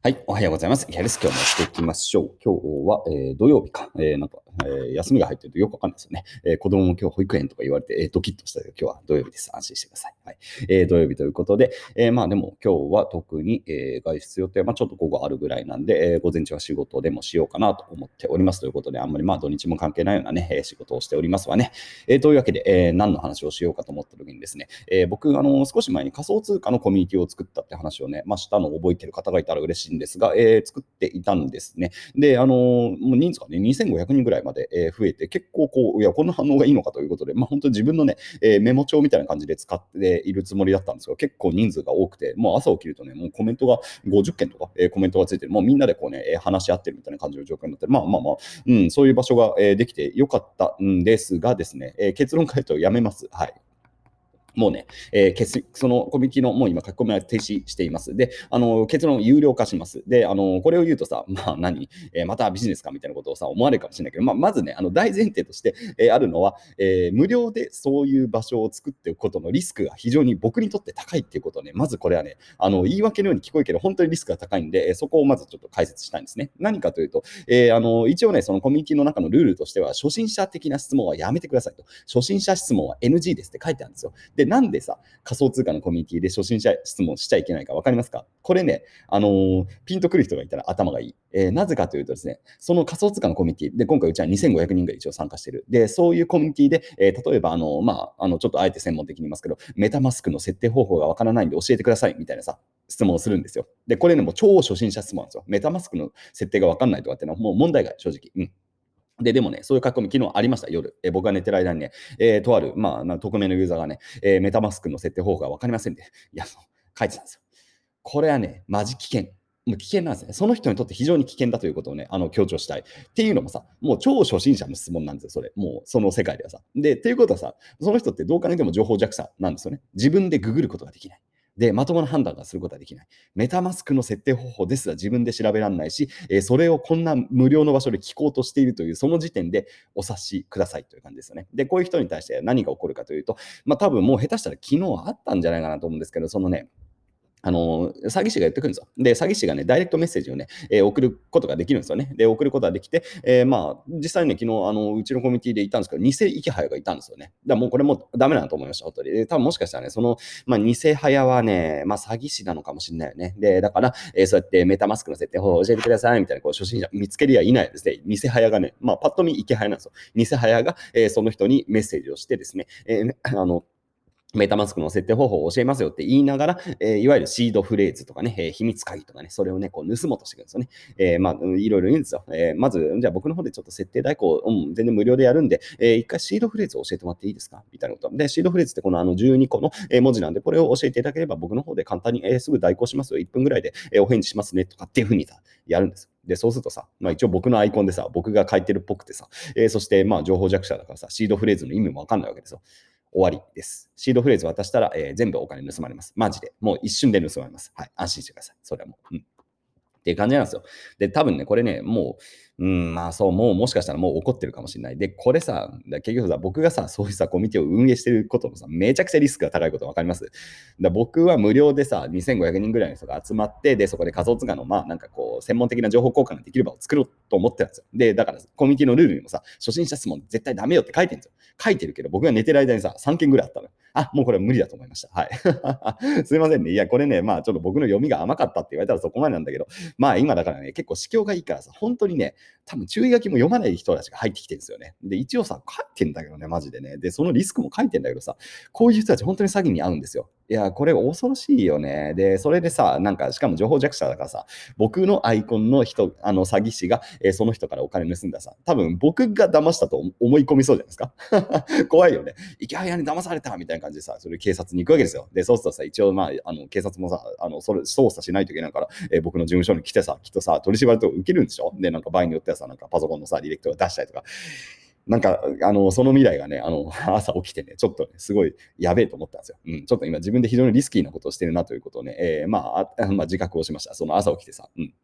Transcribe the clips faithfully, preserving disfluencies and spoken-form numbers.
はい、おはようございます。イハです。今日もしていきましょう。今日は、えー土曜日か。えーなんか、えー休みが入ってるとよくわかんないですよね。えー子供も今日保育園とか言われて、えードキッとしたけど、今日は土曜日です。安心してください。はい。えー土曜日ということで、えーまあでも今日は特に、えー外出予定、まあちょっと午後あるぐらいなんで、えー午前中は仕事でもしようかなと思っておりますということで、あんまりまあ土日も関係ないようなね、えー仕事をしておりますわね。えーというわけで、えー何の話をしようかと思った時にですね、えー僕、あの、少し前に仮想通貨のコミュニティを作ったって話をね、まあ、したのを覚えてる方がいたら嬉しいんですが、えー作っていたんですね。で、あの、もう人数がね、にせんごひゃくにんぐらいまで、えー増えて、結構こう、いや、こんな反応がいいのかということで、まあ、本当に自分のね、えーメモ帳みたいな感じで使っているつもりだったんですが、結構人数が多くて、もう朝起きるとね、もうコメントがごじゅっけんとか、えーコメントがついてる、もうみんなでこうね、えー話し合ってるみたいな感じの状況になってる、まあまあまあ、うん、そういう場所が、えーできてよかったんですがですね、えー結論から言うとやめます。はい。もうね、えー、決そのコミュニティのもう今書き込みは停止しています。で、あの結論有料化します。で、あのこれを言うとさ、まあ何、えーまたビジネスかみたいなことをさ、思われるかもしれないけど、まあ、まずね、あの大前提として、えーあるのは、えー無料でそういう場所を作っておくことのリスクが非常に僕にとって高いっていうことをね、まずこれはね、あの言い訳のように聞こえるけど、本当にリスクが高いんで、えーそこをまずちょっと解説したいんですね。何かというと、えーあの一応ね、そのコミュニティの中のルールとしては、初心者的な質問はやめてくださいと。初心者質問は エヌジー ですって書いてあるんですよ。で、なんでさ、仮想通貨のコミュニティで初心者質問しちゃいけないか分かりますか？これね、あのーピンとくる人がいたら頭がいい。えーなぜかというとですね、その仮想通貨のコミュニティで、今回うちはにせんごひゃくにんが一応参加している。で、そういうコミュニティで、えー例えば、あのーまあ、あの、ちょっとあえて専門的に言いますけど、メタマスクの設定方法が分からないんで教えてくださいみたいなさ、質問をするんですよ。で、これね、もう超初心者質問なんですよ。メタマスクの設定が分かんないとかっていうのはもう問題外、正直。うん。で、でもね、そういう書き込み、昨日ありました、夜。えー僕が寝てる間にね、えーとある、まあ、な匿名のユーザーがね、えーメタマスクの設定方法が分かりませんで、いや、そう書いてたんですよ。これはね、マジ危険。もう危険なんですね。その人にとって非常に危険だということをね、あの強調したい。っていうのもさ、もう超初心者の質問なんですよ、それ。もうその世界ではさ。で、っていうことはさ、その人ってどう考えても情報弱者なんですよね。自分でググることができない。で、まともな判断がすることができない。メタマスクの設定方法ですら自分で調べられないし、えーそれをこんな無料の場所で聞こうとしているという、その時点でお察しくださいという感じですよね。で、こういう人に対して何が起こるかというと、まあ多分もう下手したら昨日あったんじゃないかなと思うんですけど、そのね、あの、詐欺師が言ってくるんですよ。で、詐欺師がね、ダイレクトメッセージをね、えー送ることができるんですよね。で、送ることができて、えーまあ、実際にね、昨日、あの、うちのコミュニティでいたんですけど、偽生き早がいたんですよね。だからもうこれもうダメだなと思いました、本当に。で、多分もしかしたらね、その、まあ、偽早はね、まあ、詐欺師なのかもしれないよね。で、だから、えーそうやってメタマスクの設定方法を教えてください、みたいな、こう、初心者見つけりゃいないですね。偽早がね、まあ、パッと見、生き早なんですよ。偽早が、えーその人にメッセージをしてですね、えーあの、メタマスクの設定方法を教えますよって言いながら、えーいわゆるシードフレーズとかね、えー秘密鍵とかね、それをね、こう盗もうとしてくるんですよね。えーまあ、いろいろ言うんですよ。えーまず、じゃあ僕の方でちょっと設定代行、うん、全然無料でやるんで、えー一回シードフレーズを教えてもらっていいですかみたいなこと。で、シードフレーズってこのあのじゅうにこのえー文字なんで、これを教えていただければ僕の方で簡単に、えーすぐ代行しますよ。いっぷんぐらいで、えーお返事しますねとかっていうふうにさ、やるんですよ。で、そうするとさ、まあ一応僕のアイコンでさ、僕が書いてるっぽくてさ、えーそしてまあ情報弱者だからさ、シードフレーズの意味もわかんないわけですよ。終わりです。シードフレーズ渡したら、えー全部お金盗まれます。マジで。もう一瞬で盗まれます。はい。安心してください。それはもう。うんっていう感じなんですよ。で、多分ね、これね、もう、うん、まあそう、もうもしかしたらもう怒ってるかもしれない。で、これさ、だ結局さ、僕がさ、そういうさ、コミュニティを運営してることもさ、めちゃくちゃリスクが高いこと分かります。だ僕は無料でさ、にせんごひゃくにんぐらいの人が集まって、で、そこで仮想通貨の、まあなんかこう、専門的な情報交換ができる場を作ろうと思ってたんですよ。で、だから、コミュニティのルールにもさ、初心者質問絶対ダメよって書いてるんですよ。書いてるけど、僕が寝てる間にさ、さんけんぐらいあったの。あ、もうこれは無理だと思いました。はい。すいませんね。いや、これね、まあちょっと僕の読みが甘かったって言われたらそこまでなんだけど、まあ今だからね、結構市況がいいからさ、本当にね、多分注意書きも読まない人たちが入ってきてるんですよね。で、一応さ、書いてんだけどね、マジでね。で、そのリスクも書いてんだけどさ、こういう人たち本当に詐欺に遭うんですよ。いや、これ恐ろしいよね。で、それでさ、なんか、しかも情報弱者だからさ、僕のアイコンの人、あの、詐欺師が、えーその人からお金盗んださ、多分僕が騙したと思い込みそうじゃないですか。怖いよね。いきはやに騙されたみたいな感じでさ、それ警察に行くわけですよ。で、そうするとさ、一応、まあ、あの警察もさ、あのそれ捜査しないといけないから、えー僕の事務所に来てさ、きっとさ、取り締まりとか受けるんでしょ。で、なんか場合によってはさ、なんかパソコンのさ、履歴とか出したりとか、なんか、あの、その未来がね、あの、朝起きてね、ちょっとね、すごいやべえと思ったんですよ。うん、ちょっと今自分で非常にリスキーなことをしてるなということをね、えーまあ、あまあ、自覚をしました。その朝起きてさ、うん。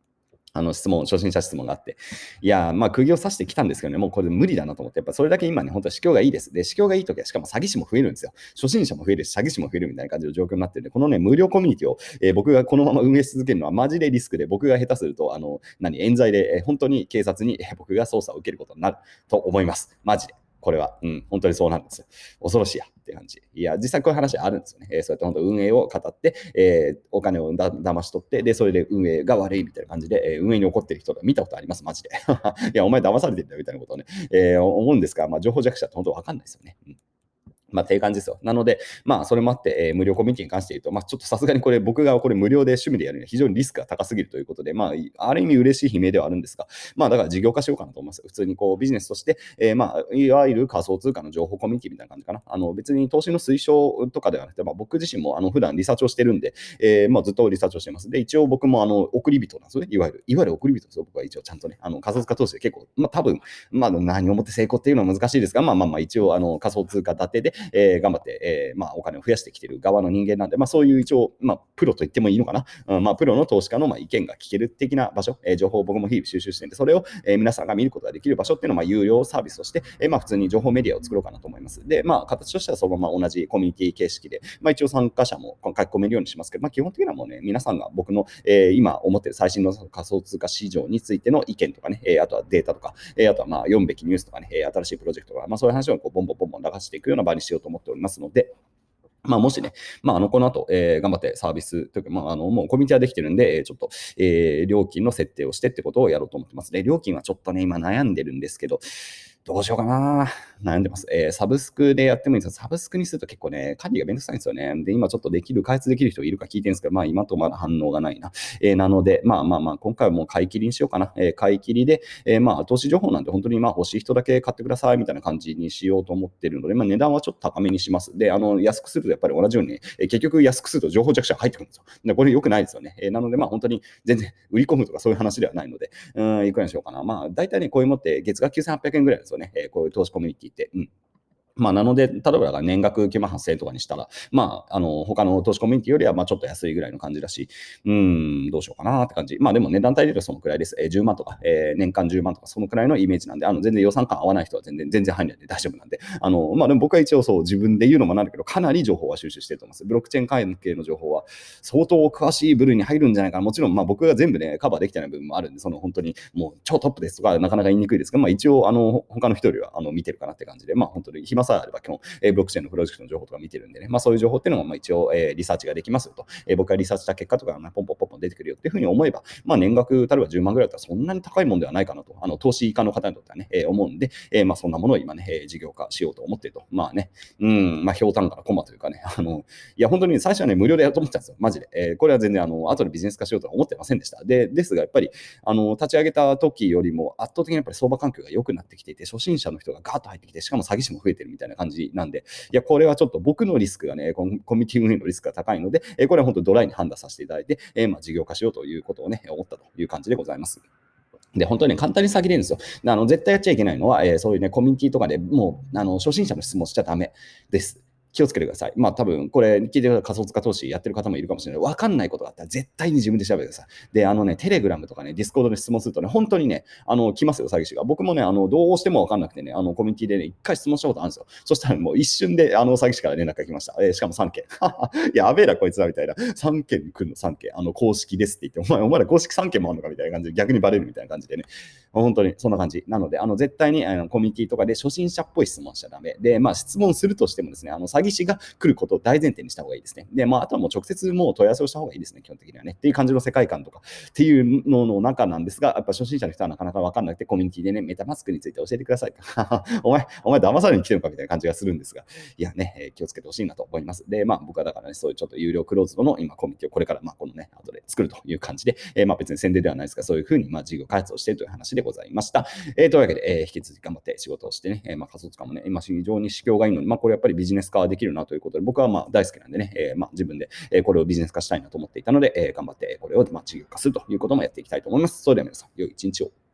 あの質問、初心者質問があって、いや、まあ、釘を刺してきたんですけどね、もうこれ無理だなと思って、やっぱそれだけ今ね、本当は市況がいいです。で、市況がいいときは、しかも詐欺師も増えるんですよ。初心者も増えるし、詐欺師も増えるみたいな感じの状況になってるんで、このね、無料コミュニティを、えー僕がこのまま運営し続けるのはマジでリスクで、僕が下手すると、あの、何、冤罪で、えー本当に警察に、えー僕が捜査を受けることになると思います。マジで。これは、うん、本当にそうなんですよ。恐ろしいやって感じ。いや、実際こういう話あるんですよね。えーそうやって本当運営を語って、えーお金をだ騙し取って、で、それで運営が悪いみたいな感じで、えー運営に怒ってる人が見たことあります、マジで。いや、お前騙されてるんだよみたいなことをね、えー思うんですが、まあ、情報弱者って本当わかんないですよね。うんまあ、っていう感じですよ。なので、まあ、それもあって、えー無料コミュニティに関して言うと、まあ、ちょっとさすがにこれ、僕がこれ無料で趣味でやるには非常にリスクが高すぎるということで、まあ、いある意味嬉しい悲鳴ではあるんですが、まあ、だから事業化しようかなと思います。普通にこうビジネスとして、えーまあ、いわゆる仮想通貨の情報コミュニティみたいな感じかな。あの別に投資の推奨とかではなくて、まあ、僕自身もあの普段リサーチをしてるんで、えーまあ、ずっとリサーチをしてます。で、一応僕もあの送り人なんですよね。いわゆる、いわゆる送り人ですよ。僕は一応ちゃんとね、あの仮想通貨投資で結構、まあ、多分、まあ、何をもって成功っていうのは難しいですが、まあまあまあ、一応あの仮想通貨建てで、えー頑張って、えーまあ、お金を増やしてきている側の人間なんで、まあ、そういう一応、まあ、プロと言ってもいいのかな、うんまあ、プロの投資家のまあ意見が聞ける的な場所、えー情報を僕も日々収集してるんで、それを、えー皆さんが見ることができる場所っていうのはまあ有料サービスとして、えーまあ、普通に情報メディアを作ろうかなと思います。で、まあ、形としてはそのまま同じコミュニティ形式で、まあ、一応参加者も書き込めるようにしますけど、まあ、基本的にはもうね、皆さんが僕の、えー今思っている最新の仮想通貨市場についての意見とかね、えーあとはデータとか、えーあとはまあ読むべきニュースとかね、えー新しいプロジェクトとか、まあ、そういう話をこうボンボンボンボン流していくような場にしようと思っておりますので、まあ、もしね、まあ、あのこの後、えー頑張ってサービスというか、まあ、あのもうコミュニティはできてるんで、えーちょっと、えー料金の設定をしてってことをやろうと思ってます。で、料金はちょっとね、今悩んでるんですけど、どうしようかな。悩んでます。えーサブスクでやってもいいんですけど、サブスクにすると結構ね、管理がめんどくさいんですよね。で、今ちょっとできる、開発できる人いるか聞いてるんですけど、まあ今とまだ反応がないな。えーなので、まあまあまあ、今回はもう買い切りにしようかな。えー買い切りで、えーまあ投資情報なんて本当にまあ欲しい人だけ買ってくださいみたいな感じにしようと思ってるので、まあ値段はちょっと高めにします。で、あの、安くするとやっぱり同じように、えー結局安くすると情報弱者が入ってくるんですよ。でこれ良くないですよね。えーなので、まあ本当に全然売り込むとかそういう話ではないので、うん、いくらにしようかな。まあ大体ね、こういうもって月額きゅうせんはっぴゃくえんぐらいですよね。えーこういう投資コミュニティって。うんまあ、なので、例えば年額きゅうまんはっせんえんとかにしたら、まあ、あの、他の投資コミュニティよりは、まあ、ちょっと安いぐらいの感じだし、うーん、どうしようかなって感じ。まあ、でも値段帯で言うとそのくらいです。えーじゅうまんとか、えー年間じゅうまんとか、そのくらいのイメージなんで、あの、全然予算感合わない人は全然、全然入んないんで大丈夫なんで、あの、まあ、でも僕は一応そう、自分で言うのもなんだけど、かなり情報は収集してると思います。ブロックチェーン関係の情報は、相当詳しい部類に入るんじゃないかな。もちろん、まあ、僕が全部ね、カバーできてない部分もあるんで、その本当にもう超トップですとか、なかなか言いにくいですが、まあ、一応、あの、他の人よりは、あの、見てるかなって感じで、まあ、本当に暇さえあれば、今日、えーブロックチェーンのプロジェクトの情報とか見てるんでね、まあ、そういう情報っていうのがまあ一応、えーリサーチができますよと、えー僕がリサーチした結果とかが、まあ、ポンポンポンポン出てくるよっていうふうに思えば、まあ、年額、例えばじゅうまんぐらいだったらそんなに高いもんではないかなと、あの投資家の方にとってはね、えー思うんで、えーまあ、そんなものを今ね、えー事業化しようと思っていると。まあね、うん、まあ、ひょうたんからコマというかね、あの、いや、本当に最初はね、無料でやろうと思ってたんですよ、マジで。えーこれは全然、あの、後でビジネス化しようとは思ってませんでした。で、ですが、やっぱり、あの、立ち上げた時よりも圧倒的にやっぱり相場環境が良くなってきていて、初心者の人がガーッと入ってきて、しかも詐欺師も増えてるみたいな感じなんで、いや、これはちょっと僕のリスクがね、コミコミュニティ運営のリスクが高いので、えーこれは本当ドライに判断させていただいて、えーまあ、事業化しようということをね、思ったという感じでございます。で、本当にね、簡単に詐欺れるんですよ。あの絶対やっちゃいけないのは、えーそういうね、コミュニティとかでもう、あの初心者の質問しちゃダメです。気をつけてください。まあ多分、これ聞いてる仮想通貨投資やってる方もいるかもしれない。わかんないことがあったら絶対に自分で調べてください。で、あのね、テレグラムとかね、ディスコードで質問するとね、本当にね、あの、来ますよ、詐欺師が。僕もね、あの、どうしてもわかんなくてね、あの、コミュニティでね、一回質問したことあるんですよ。そしたらもう一瞬で、あの、詐欺師から連絡が来ました。えーしかもさんけん。やべえな、こいつらみたいな。さんけん来るの、さんけん。あの、公式ですって言って、お前、お前ら公式さんけんもあるのかみたいな感じで、逆にバレるみたいな感じでね。本当にそんな感じ。なので、あの絶対にあのコミュニティとかで初心者っぽい質問しちゃダメ。で、まあ、質問するとしてもですね、あの詐欺師が来ることを大前提にした方がいいですね。で、まあ、あとはもう直接もう問い合わせをした方がいいですね、基本的にはね。っていう感じの世界観とかっていうのの中なんですが、やっぱ初心者の人はなかなか分かんなくて、コミュニティでね、メタマスクについて教えてください。お前、お前騙されに来てるのかみたいな感じがするんですが、いやね、えー気をつけてほしいなと思います。で、まあ、僕はだからね、そういうちょっと有料クローズドの今コミュニティをこれから、まあ、このね、後で作るという感じで、えーまあ別に宣伝ではないですが、そういうふうにまあ事業開発をしているという話でございました。えーというわけで、えー引き続き頑張って仕事をしてね、えーまあ仮想通貨もね、今非常に市況がいいので、まあこれやっぱりビジネス化できるなということで、僕はまあ大好きなんでね、えーまあ自分でえーこれをビジネス化したいなと思っていたので、えー頑張ってこれをまあ事業化するということもやっていきたいと思います。それでは皆さん、良い一日を。